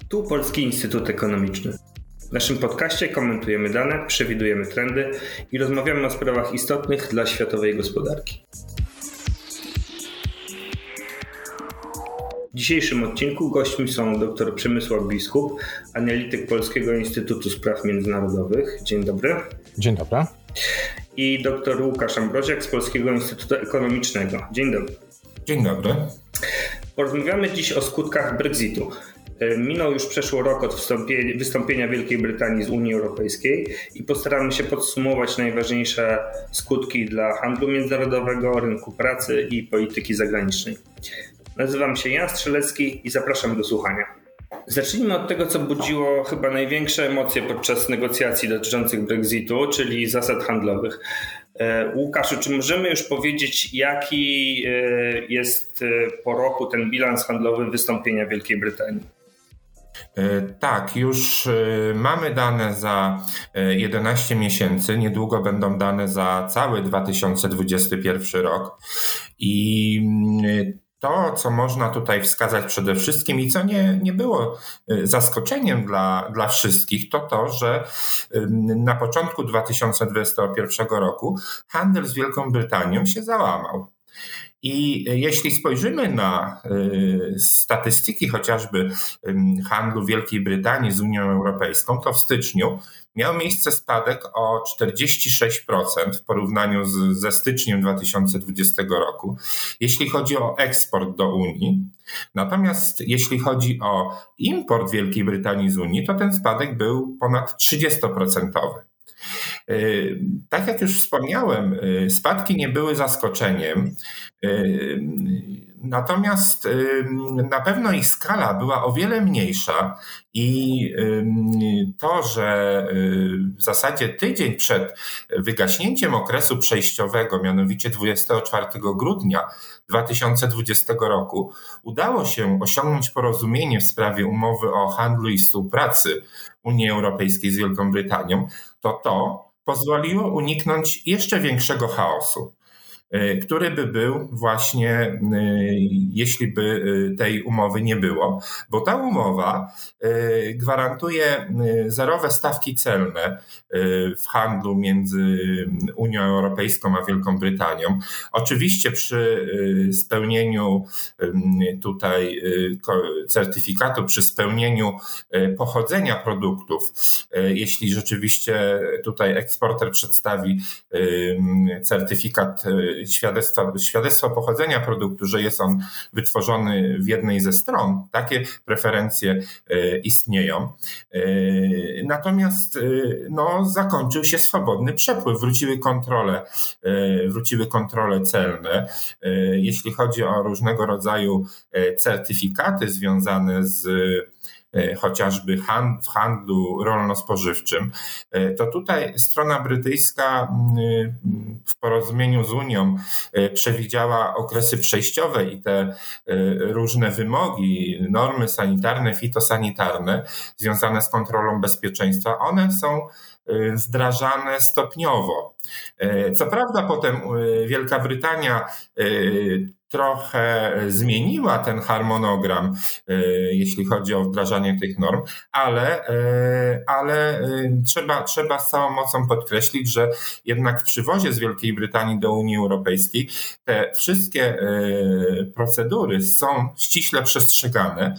Tu Polski Instytut Ekonomiczny. W naszym podcaście komentujemy dane, przewidujemy trendy i rozmawiamy o sprawach istotnych dla światowej gospodarki. W dzisiejszym odcinku gośćmi są dr Przemysław Biskup, analityk Polskiego Instytutu Spraw Międzynarodowych. Dzień dobry. Dzień dobry. I dr Łukasz Ambroziak z Polskiego Instytutu Ekonomicznego. Dzień dobry. Dzień dobry. Porozmawiamy dziś o skutkach Brexitu. Minął już przeszło rok od wystąpienia Wielkiej Brytanii z Unii Europejskiej i postaramy się podsumować najważniejsze skutki dla handlu międzynarodowego, rynku pracy i polityki zagranicznej. Nazywam się Jan Strzelecki i zapraszam do słuchania. Zacznijmy od tego, co budziło chyba największe emocje podczas negocjacji dotyczących Brexitu, czyli zasad handlowych. Łukaszu, czy możemy już powiedzieć, jaki jest po roku ten bilans handlowy wystąpienia Wielkiej Brytanii? Tak, już mamy dane za 11 miesięcy, niedługo będą dane za cały 2021 rok i to, co można tutaj wskazać przede wszystkim i co nie było zaskoczeniem dla wszystkich, to to, że na początku 2021 roku handel z Wielką Brytanią się załamał. I jeśli spojrzymy na statystyki chociażby handlu Wielkiej Brytanii z Unią Europejską, to w styczniu miał miejsce spadek o 46% w porównaniu ze styczniem 2020 roku, jeśli chodzi o eksport do Unii. Natomiast jeśli chodzi o import Wielkiej Brytanii z Unii, to ten spadek był ponad 30%. Tak jak już wspomniałem, spadki nie były zaskoczeniem, natomiast na pewno ich skala była o wiele mniejsza i to, że w zasadzie tydzień przed wygaśnięciem okresu przejściowego, mianowicie 24 grudnia 2020 roku, udało się osiągnąć porozumienie w sprawie umowy o handlu i współpracy Unii Europejskiej z Wielką Brytanią, to pozwoliło uniknąć jeszcze większego chaosu, który by był właśnie, jeśli by tej umowy nie było, bo ta umowa gwarantuje zerowe stawki celne w handlu między Unią Europejską a Wielką Brytanią. Oczywiście przy spełnieniu tutaj certyfikatu, przy spełnieniu pochodzenia produktów, jeśli rzeczywiście tutaj eksporter przedstawi certyfikat, świadectwo pochodzenia produktu, że jest on wytworzony w jednej ze stron. Takie preferencje istnieją. Natomiast zakończył się swobodny przepływ. Wróciły kontrole celne. Jeśli chodzi o różnego rodzaju certyfikaty związane z chociażby w handlu rolno-spożywczym, to tutaj strona brytyjska w porozumieniu z Unią przewidziała okresy przejściowe i te różne wymogi, normy sanitarne, fitosanitarne związane z kontrolą bezpieczeństwa, one są wdrażane stopniowo. Co prawda potem Wielka Brytania trochę zmieniła ten harmonogram, jeśli chodzi o wdrażanie tych norm, ale trzeba z całą mocą podkreślić, że jednak w przywozie z Wielkiej Brytanii do Unii Europejskiej te wszystkie procedury są ściśle przestrzegane.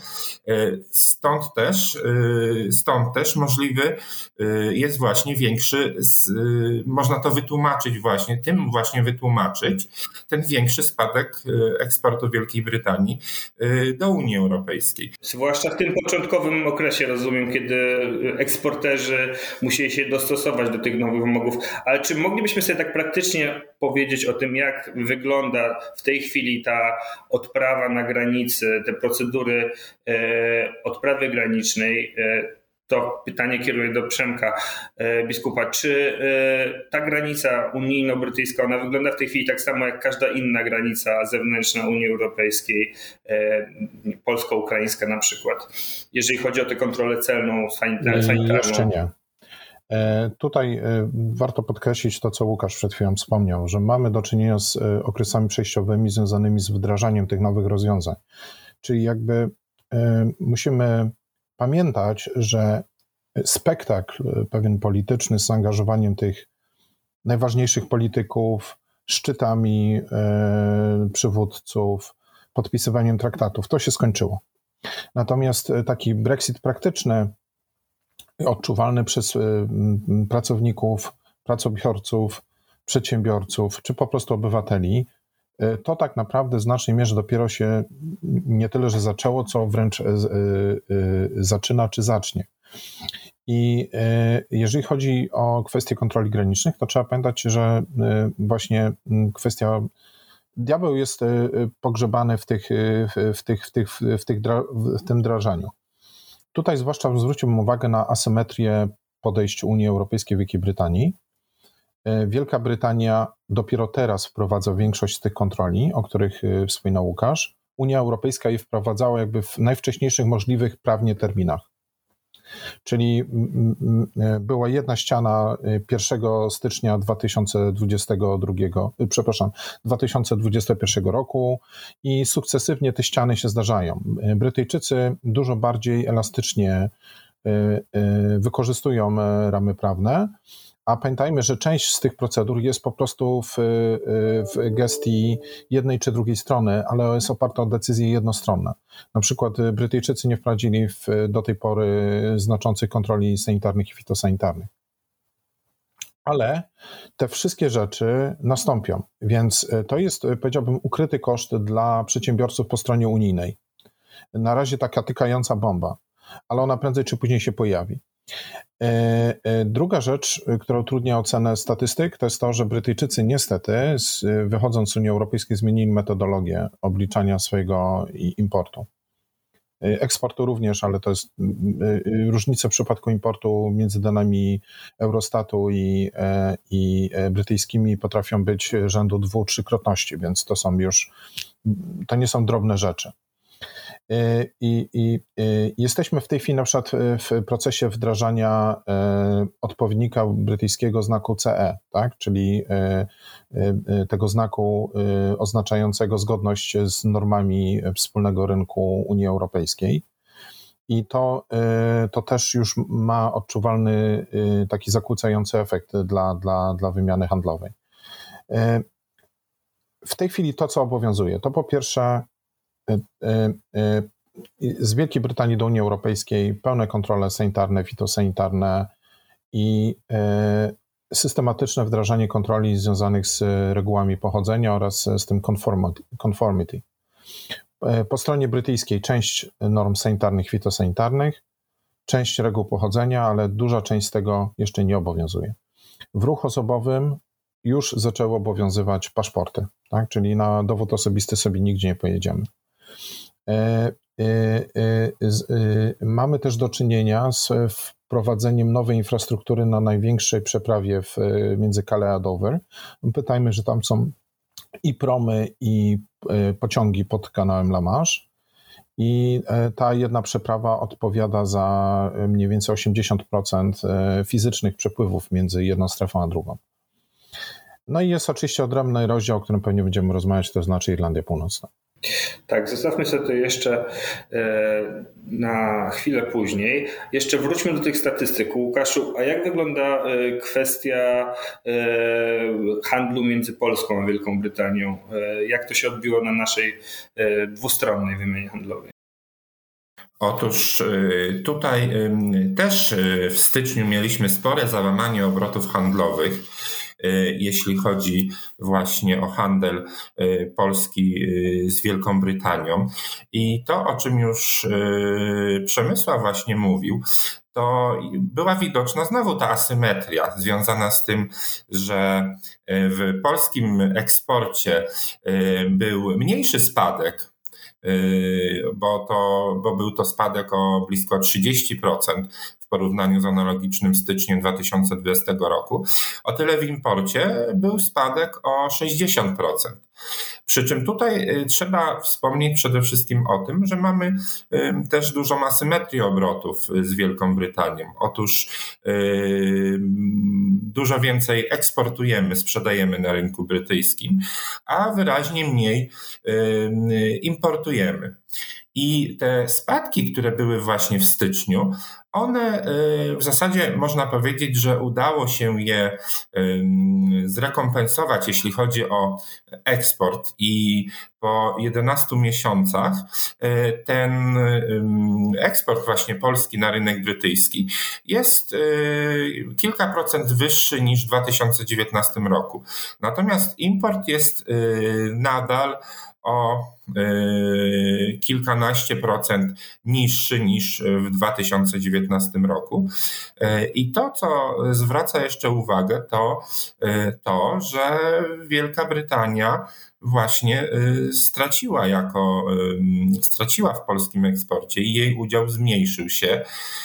Stąd też możliwy jest właśnie większy, można to wytłumaczyć ten większy spadek eksportu Wielkiej Brytanii do Unii Europejskiej. Zwłaszcza w tym początkowym okresie, rozumiem, kiedy eksporterzy musieli się dostosować do tych nowych wymogów. Ale czy moglibyśmy sobie tak praktycznie powiedzieć o tym, jak wygląda w tej chwili ta odprawa na granicy, te procedury odprawy granicznej? To pytanie kieruję do Przemka Biskupa. Czy ta granica unijno-brytyjska, ona wygląda w tej chwili tak samo jak każda inna granica zewnętrzna Unii Europejskiej, polsko-ukraińska na przykład, jeżeli chodzi o tę kontrolę celną, sanitarną? Jeszcze nie. Tutaj warto podkreślić to, co Łukasz przed chwilą wspomniał, że mamy do czynienia z okresami przejściowymi związanymi z wdrażaniem tych nowych rozwiązań. Czyli jakby musimy pamiętać, że spektakl pewien polityczny z zaangażowaniem tych najważniejszych polityków, szczytami przywódców, podpisywaniem traktatów, to się skończyło. Natomiast taki Brexit praktyczny, odczuwalny przez pracowników, pracobiorców, przedsiębiorców, czy po prostu obywateli, to tak naprawdę w znacznej mierze dopiero się nie tyle, że zaczęło, co wręcz zaczyna czy zacznie. I jeżeli chodzi o kwestie kontroli granicznych, to trzeba pamiętać, że właśnie kwestia diabeł jest pogrzebany w tym wdrażaniu. Tutaj zwłaszcza zwróciłbym uwagę na asymetrię podejść Unii Europejskiej w Wielkiej Brytanii. Wielka Brytania dopiero teraz wprowadza większość z tych kontroli, o których wspominał Łukasz. Unia Europejska je wprowadzała jakby w najwcześniejszych możliwych prawnie terminach. Czyli była jedna ściana 1 stycznia 2021 roku i sukcesywnie te ściany się zdarzają. Brytyjczycy dużo bardziej elastycznie wykorzystują ramy prawne, a pamiętajmy, że część z tych procedur jest po prostu w gestii jednej czy drugiej strony, ale jest oparta o decyzje jednostronne. Na przykład Brytyjczycy nie wprowadzili do tej pory znaczących kontroli sanitarnych i fitosanitarnych. Ale te wszystkie rzeczy nastąpią, więc to jest, powiedziałbym, ukryty koszt dla przedsiębiorców po stronie unijnej. Na razie taka tykająca bomba, ale ona prędzej czy później się pojawi. Druga rzecz, która utrudnia ocenę statystyk, to jest to, że Brytyjczycy niestety, wychodząc z Unii Europejskiej, zmienili metodologię obliczania swojego importu. Eksportu również, ale to jest różnice w przypadku importu między danymi Eurostatu i brytyjskimi potrafią być rzędu 2-3-krotności, więc to nie są drobne rzeczy. I jesteśmy w tej chwili na przykład w procesie wdrażania odpowiednika brytyjskiego znaku CE, tak? Czyli tego znaku oznaczającego zgodność z normami wspólnego rynku Unii Europejskiej. I to też już ma odczuwalny taki zakłócający efekt dla wymiany handlowej. W tej chwili to, co obowiązuje, to po pierwsze z Wielkiej Brytanii do Unii Europejskiej pełne kontrole sanitarne, fitosanitarne i systematyczne wdrażanie kontroli związanych z regułami pochodzenia oraz z tym conformity. Po stronie brytyjskiej część norm sanitarnych, fitosanitarnych, część reguł pochodzenia, ale duża część z tego jeszcze nie obowiązuje. W ruchu osobowym już zaczęły obowiązywać paszporty, tak? Czyli na dowód osobisty sobie nigdzie nie pojedziemy. Mamy też do czynienia z wprowadzeniem nowej infrastruktury na największej przeprawie między Calais a Dover. Pytajmy, że tam są i promy, i pociągi pod kanałem La Manche. I ta jedna przeprawa odpowiada za mniej więcej 80% fizycznych przepływów między jedną strefą a drugą. No i jest oczywiście odrębny rozdział, o którym pewnie będziemy rozmawiać, to znaczy Irlandia Północna. Tak, zostawmy sobie to jeszcze na chwilę później. Jeszcze wróćmy do tych statystyk. Łukaszu, a jak wygląda kwestia handlu między Polską a Wielką Brytanią? Jak to się odbiło na naszej dwustronnej wymianie handlowej? Otóż tutaj też w styczniu mieliśmy spore załamanie obrotów handlowych, jeśli chodzi właśnie o handel Polski z Wielką Brytanią. I to, o czym już Przemysław właśnie mówił, to była widoczna znowu ta asymetria związana z tym, że w polskim eksporcie był mniejszy spadek, bo był to spadek o blisko 30% w porównaniu z analogicznym styczniem 2020 roku. O tyle w imporcie był spadek o 60%. Przy czym tutaj trzeba wspomnieć przede wszystkim o tym, że mamy też dużą asymetrię obrotów z Wielką Brytanią. Otóż dużo więcej eksportujemy, sprzedajemy na rynku brytyjskim, a wyraźnie mniej importujemy. I te spadki, które były właśnie w styczniu, one w zasadzie można powiedzieć, że udało się je zrekompensować, jeśli chodzi o eksport, i po 11 miesiącach ten eksport właśnie polski na rynek brytyjski jest kilka procent wyższy niż w 2019 roku. Natomiast import jest nadal o kilkanaście procent niższy niż w 2019 roku. I to, co zwraca jeszcze uwagę, to, że Wielka Brytania właśnie straciła w polskim eksporcie i jej udział zmniejszył się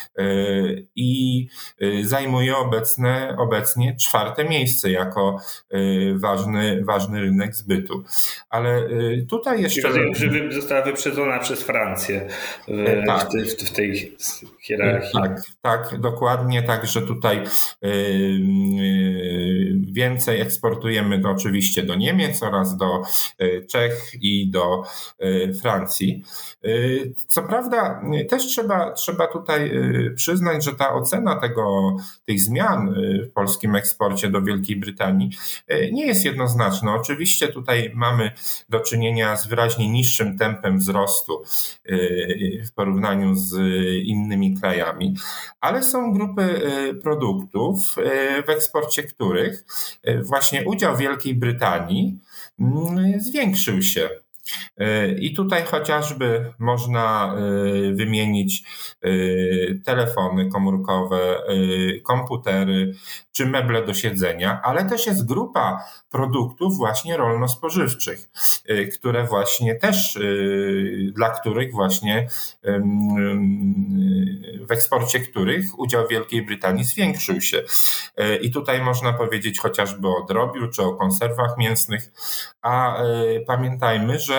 i zajmuje obecnie 4. miejsce jako ważny rynek zbytu. Ale tutaj jeszcze... Że została wyprzedzona przez Francję w tej hierarchii. Tak, dokładnie, także tutaj więcej eksportujemy oczywiście do Niemiec oraz do Czech i do Francji. Co prawda też trzeba tutaj przyznać, że ta ocena tych zmian w polskim eksporcie do Wielkiej Brytanii nie jest jednoznaczna. Oczywiście tutaj mamy do czynienia z wyraźnie niższym tempem wzrostu w porównaniu z innymi krajami, ale są grupy produktów, w eksporcie których właśnie udział Wielkiej Brytanii zwiększył się. I tutaj chociażby można wymienić telefony komórkowe, komputery czy meble do siedzenia, ale też jest grupa produktów właśnie rolno-spożywczych, które właśnie też, dla których właśnie w eksporcie których udział Wielkiej Brytanii zwiększył się. I tutaj można powiedzieć chociażby o drobiu czy o konserwach mięsnych, a pamiętajmy, że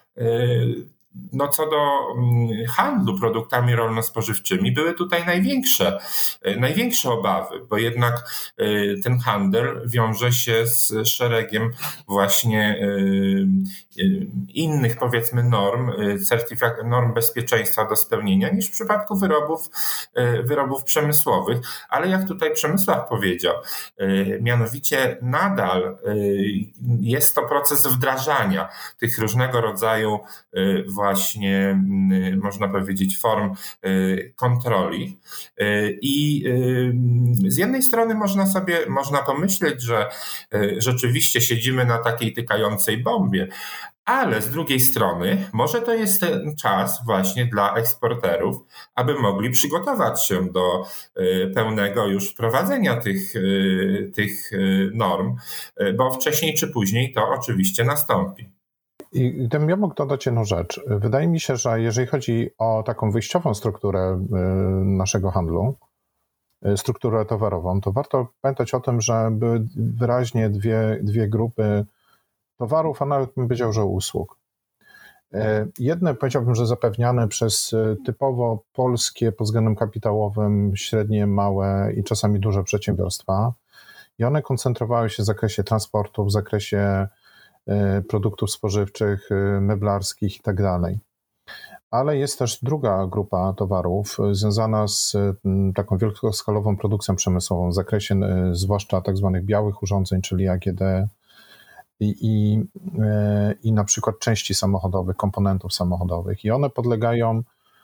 co do handlu produktami rolno-spożywczymi były tutaj największe obawy, bo jednak ten handel wiąże się z szeregiem właśnie innych, powiedzmy, norm bezpieczeństwa do spełnienia niż w przypadku wyrobów przemysłowych. Ale jak tutaj Przemysław powiedział, mianowicie nadal jest to proces wdrażania tych różnego rodzaju właśnie, można powiedzieć, form kontroli. I z jednej strony można pomyśleć, że rzeczywiście siedzimy na takiej tykającej bombie, ale z drugiej strony może to jest ten czas właśnie dla eksporterów, aby mogli przygotować się do pełnego już wprowadzenia tych norm, bo wcześniej czy później to oczywiście nastąpi. I gdybym ja mógł dodać jedną rzecz. Wydaje mi się, że jeżeli chodzi o taką wyjściową strukturę naszego handlu, strukturę towarową, to warto pamiętać o tym, że były wyraźnie dwie grupy towarów, a nawet bym powiedział, że usług. Jedne, powiedziałbym, że zapewniane przez typowo polskie pod względem kapitałowym średnie, małe i czasami duże przedsiębiorstwa, i one koncentrowały się w zakresie transportu, w zakresie produktów spożywczych, meblarskich i tak dalej. Ale jest też druga grupa towarów związana z taką wielkoskalową produkcją przemysłową w zakresie zwłaszcza tak zwanych białych urządzeń, czyli AGD i na przykład części samochodowych, komponentów samochodowych. I one podlegają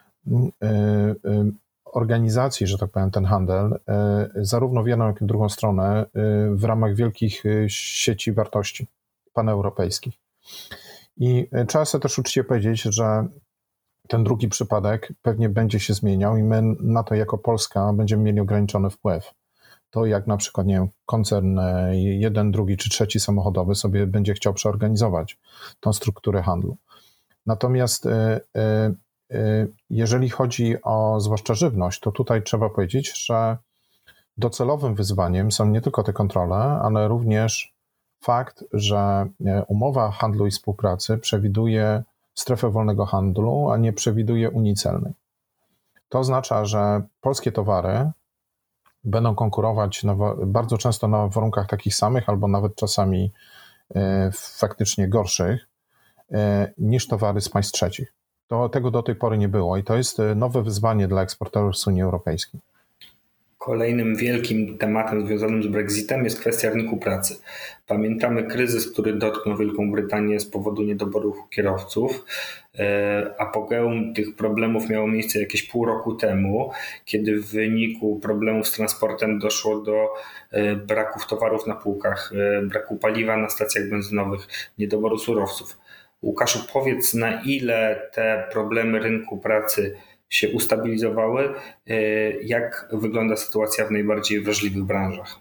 organizacji, że tak powiem, ten handel, zarówno w jedną, jak i w drugą stronę w ramach wielkich sieci wartości paneuropejskich. I trzeba sobie też uczciwie powiedzieć, że ten drugi przypadek pewnie będzie się zmieniał i my na to jako Polska będziemy mieli ograniczony wpływ. To jak na przykład, nie wiem, koncern jeden, drugi czy trzeci samochodowy sobie będzie chciał przeorganizować tą strukturę handlu. Natomiast jeżeli chodzi o zwłaszcza żywność, to tutaj trzeba powiedzieć, że docelowym wyzwaniem są nie tylko te kontrole, ale również fakt, że umowa handlu i współpracy przewiduje strefę wolnego handlu, a nie przewiduje unii celnej. To oznacza, że polskie towary będą konkurować bardzo często na warunkach takich samych, albo nawet czasami faktycznie gorszych niż towary z państw trzecich. Tego do tej pory nie było i to jest nowe wyzwanie dla eksporterów z Unii Europejskiej. Kolejnym wielkim tematem związanym z Brexitem jest kwestia rynku pracy. Pamiętamy kryzys, który dotknął Wielką Brytanię z powodu niedoboru kierowców. Apogeum tych problemów miało miejsce jakieś pół roku temu, kiedy w wyniku problemów z transportem doszło do braków towarów na półkach, braku paliwa na stacjach benzynowych, niedoboru surowców. Łukaszu, powiedz, na ile te problemy rynku pracy się ustabilizowały, jak wygląda sytuacja w najbardziej wrażliwych branżach?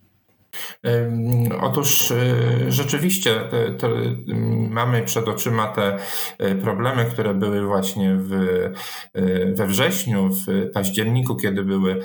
Otóż rzeczywiście mamy przed oczyma te problemy, które były właśnie we wrześniu, w październiku, kiedy były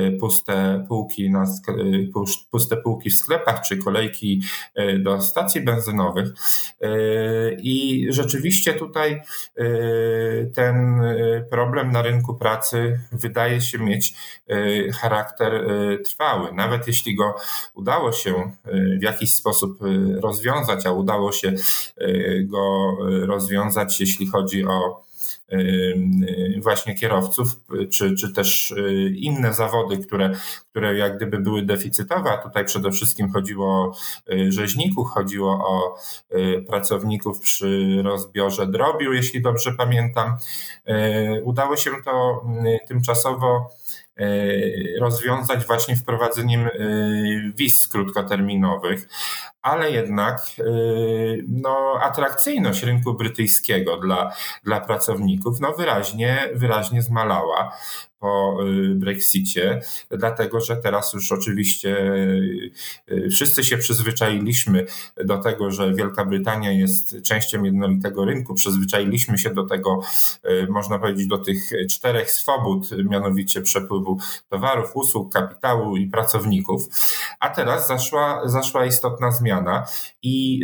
puste półki w sklepach czy kolejki do stacji benzynowych. I rzeczywiście tutaj ten problem na rynku pracy wydaje się mieć charakter trwały. Nawet jeśli go udało się w jakiś sposób rozwiązać, a udało się go rozwiązać, jeśli chodzi o właśnie kierowców, czy też inne zawody, które jak gdyby były deficytowe, a tutaj przede wszystkim chodziło o rzeźników, chodziło o pracowników przy rozbiorze drobiu, jeśli dobrze pamiętam. Udało się to tymczasowo rozwiązać właśnie wprowadzeniem wiz krótkoterminowych, ale jednak atrakcyjność rynku brytyjskiego dla pracowników wyraźnie zmalała po Brexicie, dlatego że teraz już oczywiście wszyscy się przyzwyczailiśmy do tego, że Wielka Brytania jest częścią jednolitego rynku, przyzwyczailiśmy się do tego, można powiedzieć, do tych 4 swobód, mianowicie przepływu towarów, usług, kapitału i pracowników, a teraz zaszła istotna zmiana i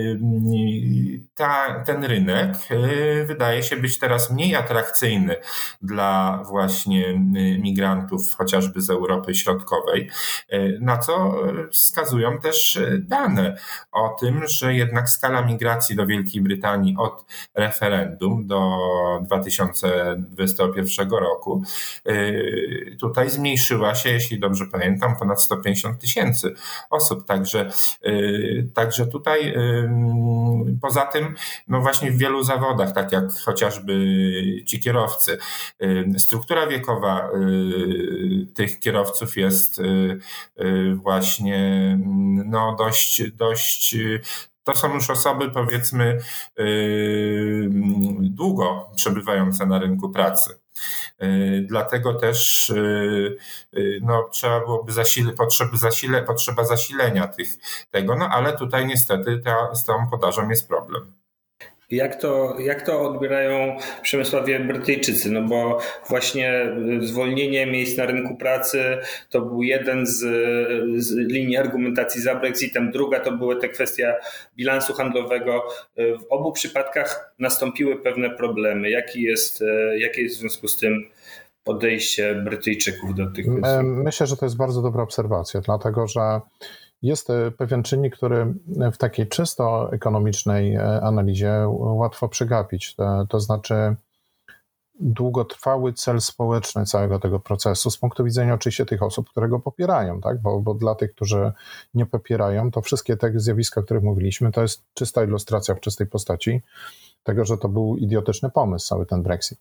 ten rynek wydaje się być teraz mniej atrakcyjny dla właśnie migrantów, chociażby z Europy Środkowej, na co wskazują też dane o tym, że jednak skala migracji do Wielkiej Brytanii od referendum do 2021 roku tutaj zmniejszyła się, jeśli dobrze pamiętam, ponad 150 000 osób. Także tutaj poza tym, właśnie w wielu zawodach, tak jak chociażby ci kierowcy, struktura wiekowa tych kierowców jest właśnie dość to są już osoby, powiedzmy, długo przebywające na rynku pracy. Dlatego też trzeba byłoby potrzeba zasilenia tego, ale tutaj niestety z tą podażą jest problem. Jak to odbierają w Przemysławie Brytyjczycy? No bo właśnie zwolnienie miejsc na rynku pracy to był jeden z linii argumentacji za Brexitem. Druga to była ta kwestia bilansu handlowego. W obu przypadkach nastąpiły pewne problemy. Jakie jest w związku z tym podejście Brytyjczyków do tych kwestii? Myślę, że to jest bardzo dobra obserwacja, dlatego że jest pewien czynnik, który w takiej czysto ekonomicznej analizie łatwo przegapić. To znaczy długotrwały cel społeczny całego tego procesu z punktu widzenia oczywiście tych osób, które go popierają, tak? Bo dla tych, którzy nie popierają, to wszystkie te zjawiska, o których mówiliśmy, to jest czysta ilustracja w czystej postaci tego, że to był idiotyczny pomysł, cały ten Brexit.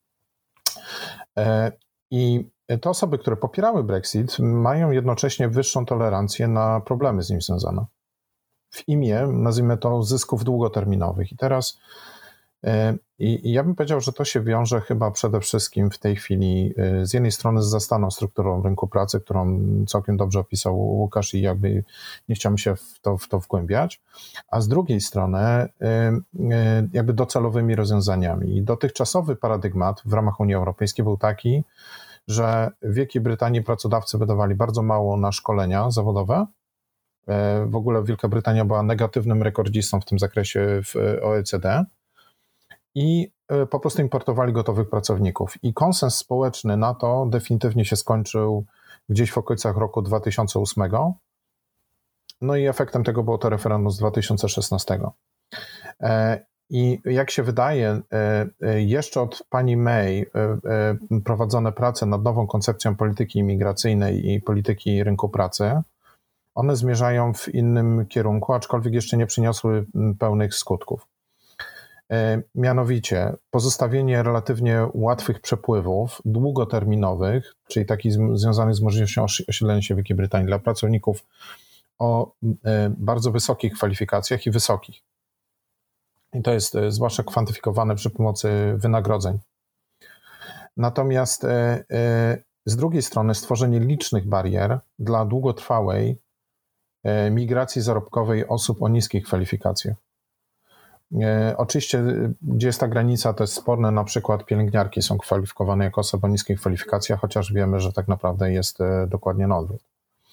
I te osoby, które popierały Brexit, mają jednocześnie wyższą tolerancję na problemy z nim związane. W imię, nazwijmy to, zysków długoterminowych. I teraz ja bym powiedział, że to się wiąże chyba przede wszystkim w tej chwili z jednej strony z zastaną strukturą rynku pracy, którą całkiem dobrze opisał Łukasz i jakby nie chciałem się w to wgłębiać, a z drugiej strony jakby docelowymi rozwiązaniami. I dotychczasowy paradygmat w ramach Unii Europejskiej był taki, że w Wielkiej Brytanii pracodawcy wydawali bardzo mało na szkolenia zawodowe. W ogóle Wielka Brytania była negatywnym rekordzistą w tym zakresie w OECD i po prostu importowali gotowych pracowników. I konsens społeczny na to definitywnie się skończył gdzieś w okolicach roku 2008. No i efektem tego było to referendum z 2016. I jak się wydaje, jeszcze od pani May prowadzone prace nad nową koncepcją polityki imigracyjnej i polityki rynku pracy, one zmierzają w innym kierunku, aczkolwiek jeszcze nie przyniosły pełnych skutków. Mianowicie pozostawienie relatywnie łatwych przepływów, długoterminowych, czyli takich związanych z możliwością osiedlenia się w Wielkiej Brytanii dla pracowników o bardzo wysokich kwalifikacjach i wysokich. I to jest zwłaszcza kwantyfikowane przy pomocy wynagrodzeń. Natomiast z drugiej strony stworzenie licznych barier dla długotrwałej migracji zarobkowej osób o niskich kwalifikacjach. Oczywiście, gdzie jest ta granica, to jest sporne, na przykład pielęgniarki są kwalifikowane jako osoby o niskich kwalifikacjach, chociaż wiemy, że tak naprawdę jest dokładnie na odwrót.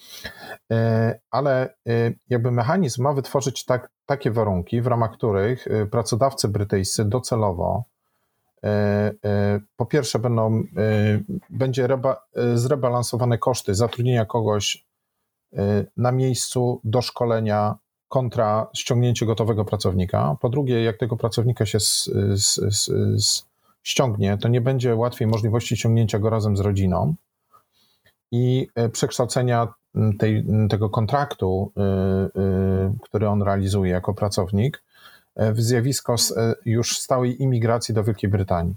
Ale jakby mechanizm ma wytworzyć takie warunki, w ramach których pracodawcy brytyjscy docelowo po pierwsze będzie zrebalansowane koszty zatrudnienia kogoś na miejscu do szkolenia kontra ściągnięcie gotowego pracownika. Po drugie, jak tego pracownika się ściągnie, to nie będzie łatwiej możliwości ściągnięcia go razem z rodziną i przekształcenia tego kontraktu, który on realizuje jako pracownik, w zjawisko już stałej imigracji do Wielkiej Brytanii.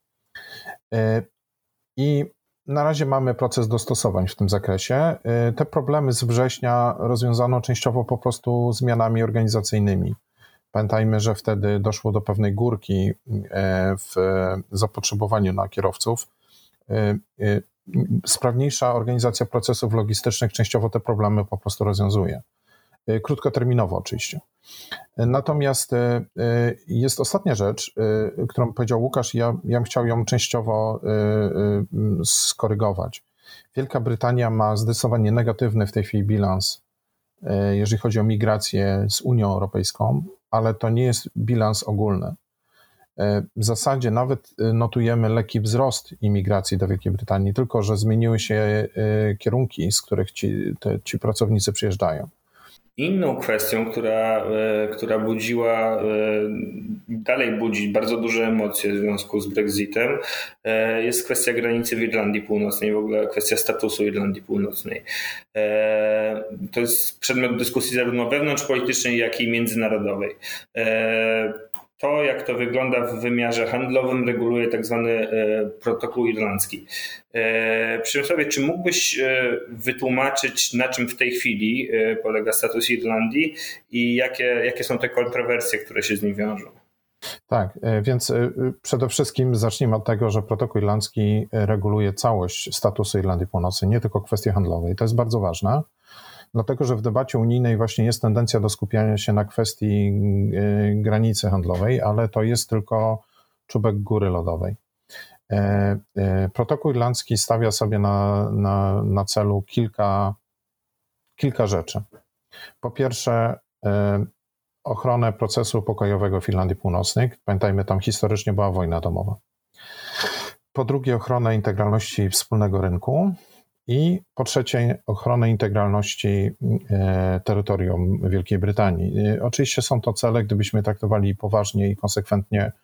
I na razie mamy proces dostosowań w tym zakresie. Te problemy z września rozwiązano częściowo po prostu zmianami organizacyjnymi. Pamiętajmy, że wtedy doszło do pewnej górki w zapotrzebowaniu na kierowców. Sprawniejsza organizacja procesów logistycznych częściowo te problemy po prostu rozwiązuje. Krótkoterminowo oczywiście. Natomiast jest ostatnia rzecz, którą powiedział Łukasz, ja bym chciał ją częściowo skorygować. Wielka Brytania ma zdecydowanie negatywny w tej chwili bilans, jeżeli chodzi o migrację z Unią Europejską, ale to nie jest bilans ogólny. W zasadzie nawet notujemy lekki wzrost imigracji do Wielkiej Brytanii, tylko że zmieniły się kierunki, z których ci pracownicy przyjeżdżają. Inną kwestią, która dalej budzi bardzo duże emocje w związku z Brexitem, jest kwestia granicy w Irlandii Północnej, w ogóle kwestia statusu Irlandii Północnej. To jest przedmiot dyskusji zarówno wewnątrzpolitycznej, jak i międzynarodowej. To, jak to wygląda w wymiarze handlowym, reguluje tak zwany protokół irlandzki. Przemysławie, czy mógłbyś wytłumaczyć, na czym w tej chwili polega status Irlandii i jakie są te kontrowersje, które się z nim wiążą? Tak, więc przede wszystkim zacznijmy od tego, że protokół irlandzki reguluje całość statusu Irlandii Północnej, nie tylko kwestie handlowe. I to jest bardzo ważne, dlatego że w debacie unijnej właśnie jest tendencja do skupiania się na kwestii granicy handlowej, ale to jest tylko czubek góry lodowej. Protokół irlandzki stawia sobie na celu kilka rzeczy. Po pierwsze, ochronę procesu pokojowego w Irlandii Północnej. Pamiętajmy, tam historycznie była wojna domowa. Po drugie, ochronę integralności wspólnego rynku. I po trzecie, ochronę integralności terytorium Wielkiej Brytanii. Oczywiście są to cele, gdybyśmy traktowali poważnie i konsekwentnie,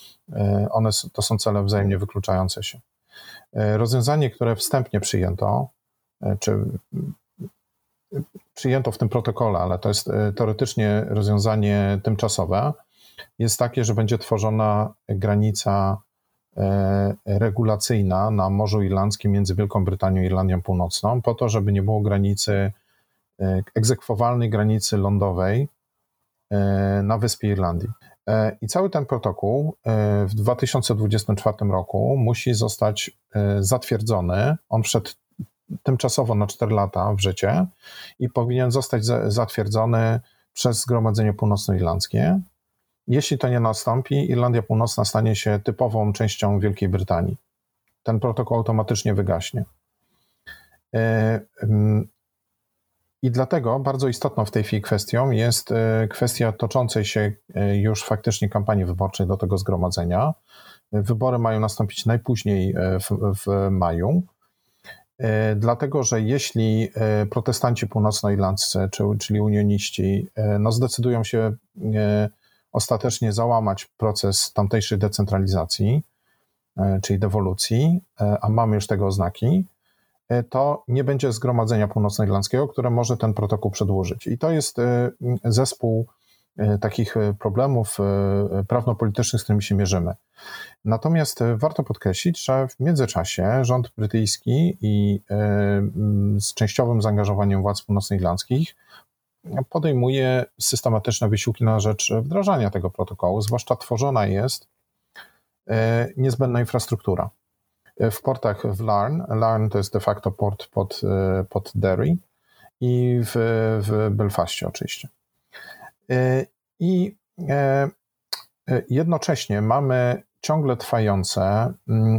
to są cele wzajemnie wykluczające się. Rozwiązanie, które wstępnie przyjęto, czy przyjęto w tym protokole, ale to jest teoretycznie rozwiązanie tymczasowe, jest takie, że będzie tworzona granica regulacyjna na Morzu Irlandzkim między Wielką Brytanią i Irlandią Północną, po to, żeby nie było egzekwowalnej granicy lądowej na wyspie Irlandii. I cały ten protokół w 2024 roku musi zostać zatwierdzony. On wszedł tymczasowo na 4 lata w życie i powinien zostać zatwierdzony przez Zgromadzenie Północnoirlandzkie. Jeśli to nie nastąpi, Irlandia Północna stanie się typową częścią Wielkiej Brytanii. Ten protokół automatycznie wygaśnie. I dlatego bardzo istotną w tej chwili kwestią jest kwestia toczącej się już faktycznie kampanii wyborczej do tego zgromadzenia. Wybory mają nastąpić najpóźniej w maju, dlatego że jeśli protestanci północnoirlandzcy, czyli unioniści, zdecydują się ostatecznie załamać proces tamtejszej decentralizacji, czyli dewolucji, a mamy już tego oznaki, to nie będzie Zgromadzenia Północnoirlandzkiego, które może ten protokół przedłużyć. I to jest zespół takich problemów prawno-politycznych, z którymi się mierzymy. Natomiast warto podkreślić, że w międzyczasie rząd brytyjski i z częściowym zaangażowaniem władz północnoirlandzkich podejmuje systematyczne wysiłki na rzecz wdrażania tego protokołu, zwłaszcza tworzona jest niezbędna infrastruktura. W portach w Larne to jest de facto port pod Derry i w Belfaście oczywiście. I jednocześnie mamy ciągle trwające,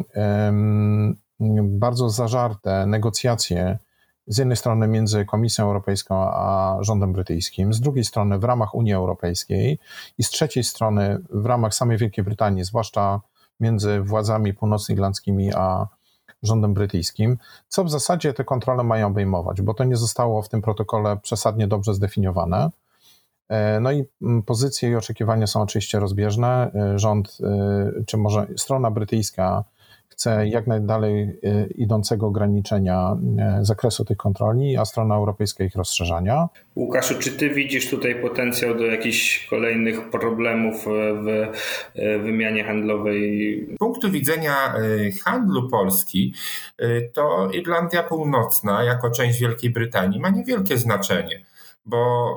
bardzo zażarte negocjacje z jednej strony między Komisją Europejską a rządem brytyjskim, z drugiej strony w ramach Unii Europejskiej i z trzeciej strony w ramach samej Wielkiej Brytanii, zwłaszcza między władzami północnoirlandzkimi a rządem brytyjskim, co w zasadzie te kontrole mają obejmować, bo to nie zostało w tym protokole przesadnie dobrze zdefiniowane. No i pozycje i oczekiwania są oczywiście rozbieżne. Rząd, czy może strona brytyjska chce jak najdalej idącego ograniczenia zakresu tych kontroli, a strona europejska ich rozszerzania. Łukaszu, czy ty widzisz tutaj potencjał do jakichś kolejnych problemów w wymianie handlowej? Z punktu widzenia handlu Polski, to Irlandia Północna jako część Wielkiej Brytanii ma niewielkie znaczenie, bo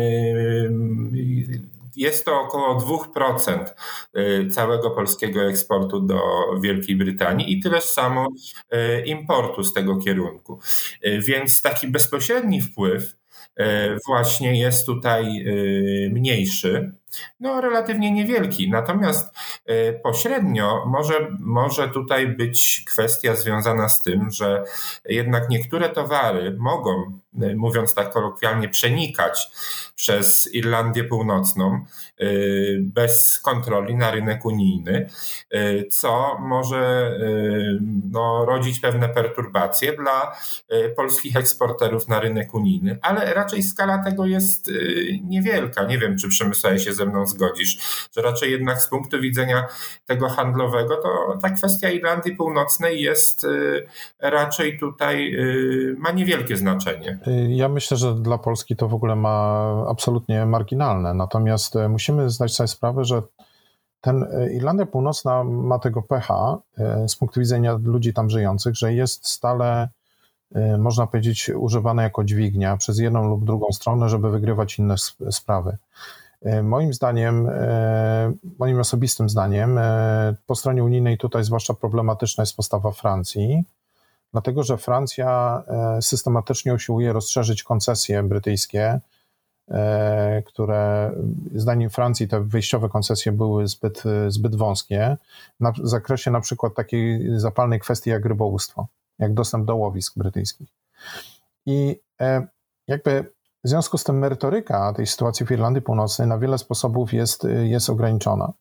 jest to około 2% całego polskiego eksportu do Wielkiej Brytanii i tyle samo importu z tego kierunku. Więc taki bezpośredni wpływ właśnie jest tutaj mniejszy, no relatywnie niewielki. Natomiast pośrednio może tutaj być kwestia związana z tym, że jednak niektóre towary mogą, mówiąc tak kolokwialnie, przenikać przez Irlandię Północną bez kontroli na rynek unijny, co może rodzić pewne perturbacje dla polskich eksporterów na rynek unijny, ale raczej skala tego jest niewielka. Nie wiem, czy Przemysławie się ze mną zgodzisz, że raczej jednak z punktu widzenia tego handlowego to ta kwestia Irlandii Północnej jest raczej tutaj, ma niewielkie znaczenie. Ja myślę, że dla Polski to w ogóle ma absolutnie marginalne, natomiast musimy zdać sobie sprawę, że Irlandia Północna ma tego pecha z punktu widzenia ludzi tam żyjących, że jest stale, można powiedzieć, używana jako dźwignia przez jedną lub drugą stronę, żeby wygrywać inne sprawy. Moim zdaniem, moim osobistym zdaniem, po stronie unijnej tutaj zwłaszcza problematyczna jest postawa Francji, dlatego że Francja systematycznie usiłuje rozszerzyć koncesje brytyjskie, które zdaniem Francji te wyjściowe koncesje były zbyt wąskie, w zakresie na przykład takiej zapalnej kwestii jak rybołówstwo, jak dostęp do łowisk brytyjskich. I jakby w związku z tym merytoryka tej sytuacji w Irlandii Północnej na wiele sposobów jest ograniczona.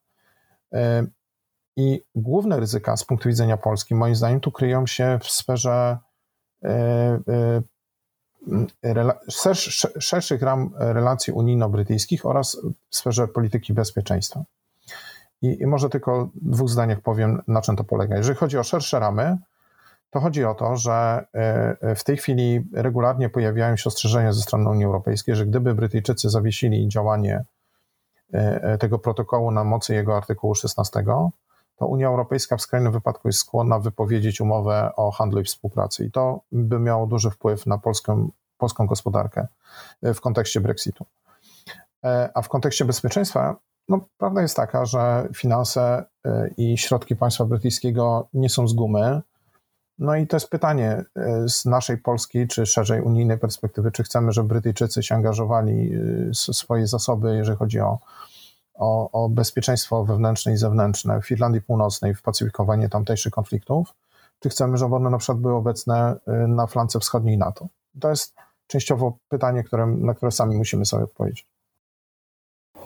I główne ryzyka z punktu widzenia Polski, moim zdaniem, tu kryją się w sferze szerszych ram relacji unijno-brytyjskich oraz w sferze polityki bezpieczeństwa. I może tylko w 2 zdaniach powiem, na czym to polega. Jeżeli chodzi o szersze ramy, to chodzi o to, że w tej chwili regularnie pojawiają się ostrzeżenia ze strony Unii Europejskiej, że gdyby Brytyjczycy zawiesili działanie tego protokołu na mocy jego artykułu 16, to Unia Europejska w skrajnym wypadku jest skłonna wypowiedzieć umowę o handlu i współpracy. I to by miało duży wpływ na polską gospodarkę w kontekście Brexitu. A w kontekście bezpieczeństwa, prawda jest taka, że finanse i środki państwa brytyjskiego nie są z gumy. No i to jest pytanie z naszej polskiej, czy szerzej unijnej perspektywy, czy chcemy, żeby Brytyjczycy się angażowali swoje zasoby, jeżeli chodzi o bezpieczeństwo wewnętrzne i zewnętrzne w Irlandii Północnej, w pacyfikowanie tamtejszych konfliktów, czy chcemy, żeby one na przykład były obecne na flance wschodniej NATO. To jest częściowo pytanie, na które sami musimy sobie odpowiedzieć.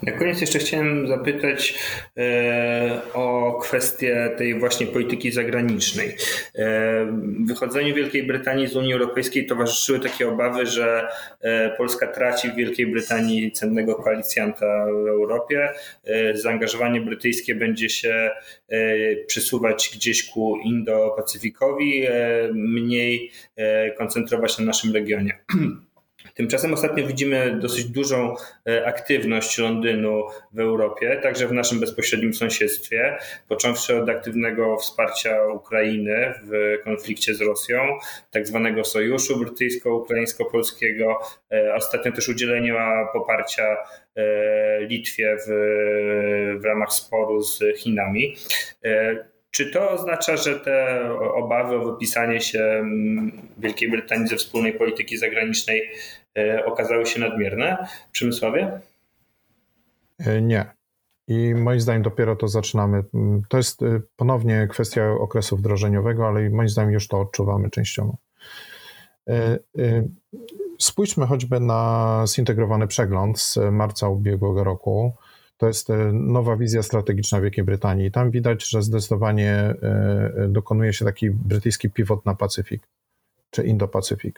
Na koniec jeszcze chciałem zapytać o kwestię tej właśnie polityki zagranicznej. Wychodzeniu Wielkiej Brytanii z Unii Europejskiej towarzyszyły takie obawy, że Polska traci w Wielkiej Brytanii cennego koalicjanta w Europie. Zaangażowanie brytyjskie będzie się przesuwać gdzieś ku Indo-Pacyfikowi, mniej koncentrować na naszym regionie. Tymczasem ostatnio widzimy dosyć dużą aktywność Londynu w Europie, także w naszym bezpośrednim sąsiedztwie, począwszy od aktywnego wsparcia Ukrainy w konflikcie z Rosją, tak zwanego sojuszu brytyjsko-ukraińsko-polskiego, ostatnio też udzielenia poparcia Litwie w ramach sporu z Chinami. Czy to oznacza, że te obawy o wypisanie się Wielkiej Brytanii ze wspólnej polityki zagranicznej okazały się nadmierne? Przemysławie? Nie. I moim zdaniem dopiero to zaczynamy. To jest ponownie kwestia okresu wdrożeniowego, ale moim zdaniem już to odczuwamy częściowo. Spójrzmy choćby na zintegrowany przegląd z marca ubiegłego roku. To jest nowa wizja strategiczna Wielkiej Brytanii. Tam widać, że zdecydowanie dokonuje się taki brytyjski pivot na Pacyfik, czy Indo-Pacyfik.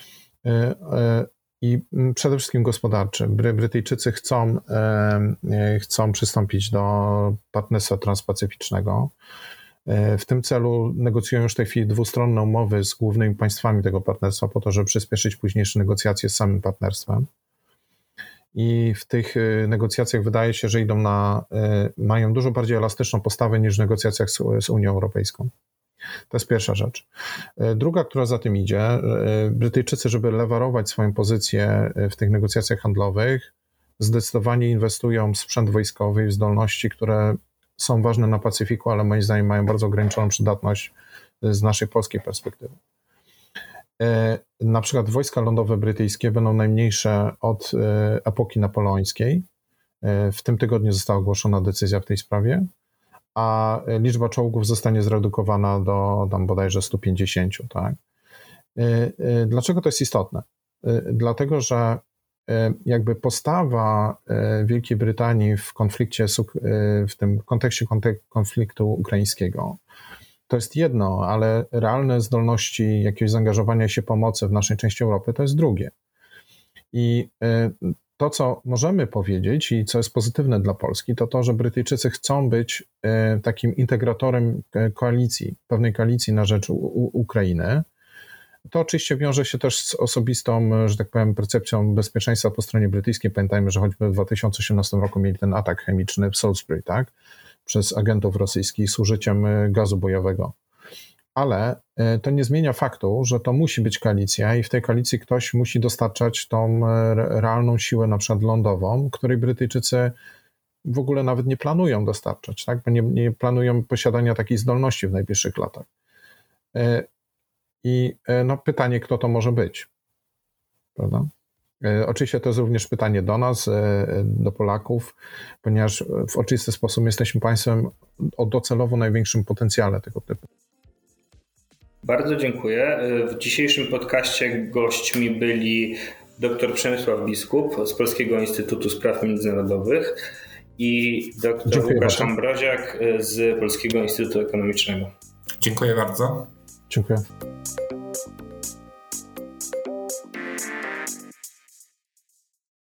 I przede wszystkim gospodarczy. Brytyjczycy chcą przystąpić do partnerstwa transpacyficznego. W tym celu negocjują już w tej chwili dwustronne umowy z głównymi państwami tego partnerstwa po to, żeby przyspieszyć późniejsze negocjacje z samym partnerstwem. I w tych negocjacjach wydaje się, że mają dużo bardziej elastyczną postawę niż w negocjacjach z Unią Europejską. To jest pierwsza rzecz. Druga, która za tym idzie, Brytyjczycy, żeby lewarować swoją pozycję w tych negocjacjach handlowych, zdecydowanie inwestują w sprzęt wojskowy i w zdolności, które są ważne na Pacyfiku, ale moim zdaniem mają bardzo ograniczoną przydatność z naszej polskiej perspektywy. Na przykład wojska lądowe brytyjskie będą najmniejsze od epoki napoleońskiej. W tym tygodniu została ogłoszona decyzja w tej sprawie, a liczba czołgów zostanie zredukowana do tam bodajże 150. Tak? Dlaczego to jest istotne? Dlatego, że jakby postawa Wielkiej Brytanii w konflikcie, w tym kontekście konfliktu ukraińskiego, to jest jedno, ale realne zdolności jakiegoś zaangażowania się pomocy w naszej części Europy to jest drugie. I to, co możemy powiedzieć i co jest pozytywne dla Polski, to to, że Brytyjczycy chcą być takim integratorem koalicji, pewnej koalicji na rzecz Ukrainy. To oczywiście wiąże się też z osobistą, że tak powiem, percepcją bezpieczeństwa po stronie brytyjskiej. Pamiętajmy, że choćby w 2018 roku mieli ten atak chemiczny w Salisbury, tak? Przez agentów rosyjskich z użyciem gazu bojowego. Ale to nie zmienia faktu, że to musi być koalicja i w tej koalicji ktoś musi dostarczać tą realną siłę, na przykład lądową, której Brytyjczycy w ogóle nawet nie planują dostarczać, tak? Bo nie planują posiadania takiej zdolności w najbliższych latach. I pytanie, kto to może być, prawda? Oczywiście to jest również pytanie do nas, do Polaków, ponieważ w oczywisty sposób jesteśmy państwem o docelowo największym potencjale tego typu. Bardzo dziękuję. W dzisiejszym podcaście gośćmi byli dr Przemysław Biskup z Polskiego Instytutu Spraw Międzynarodowych i dr Łukasz Ambroziak z Polskiego Instytutu Ekonomicznego. Dziękuję bardzo. Dziękuję.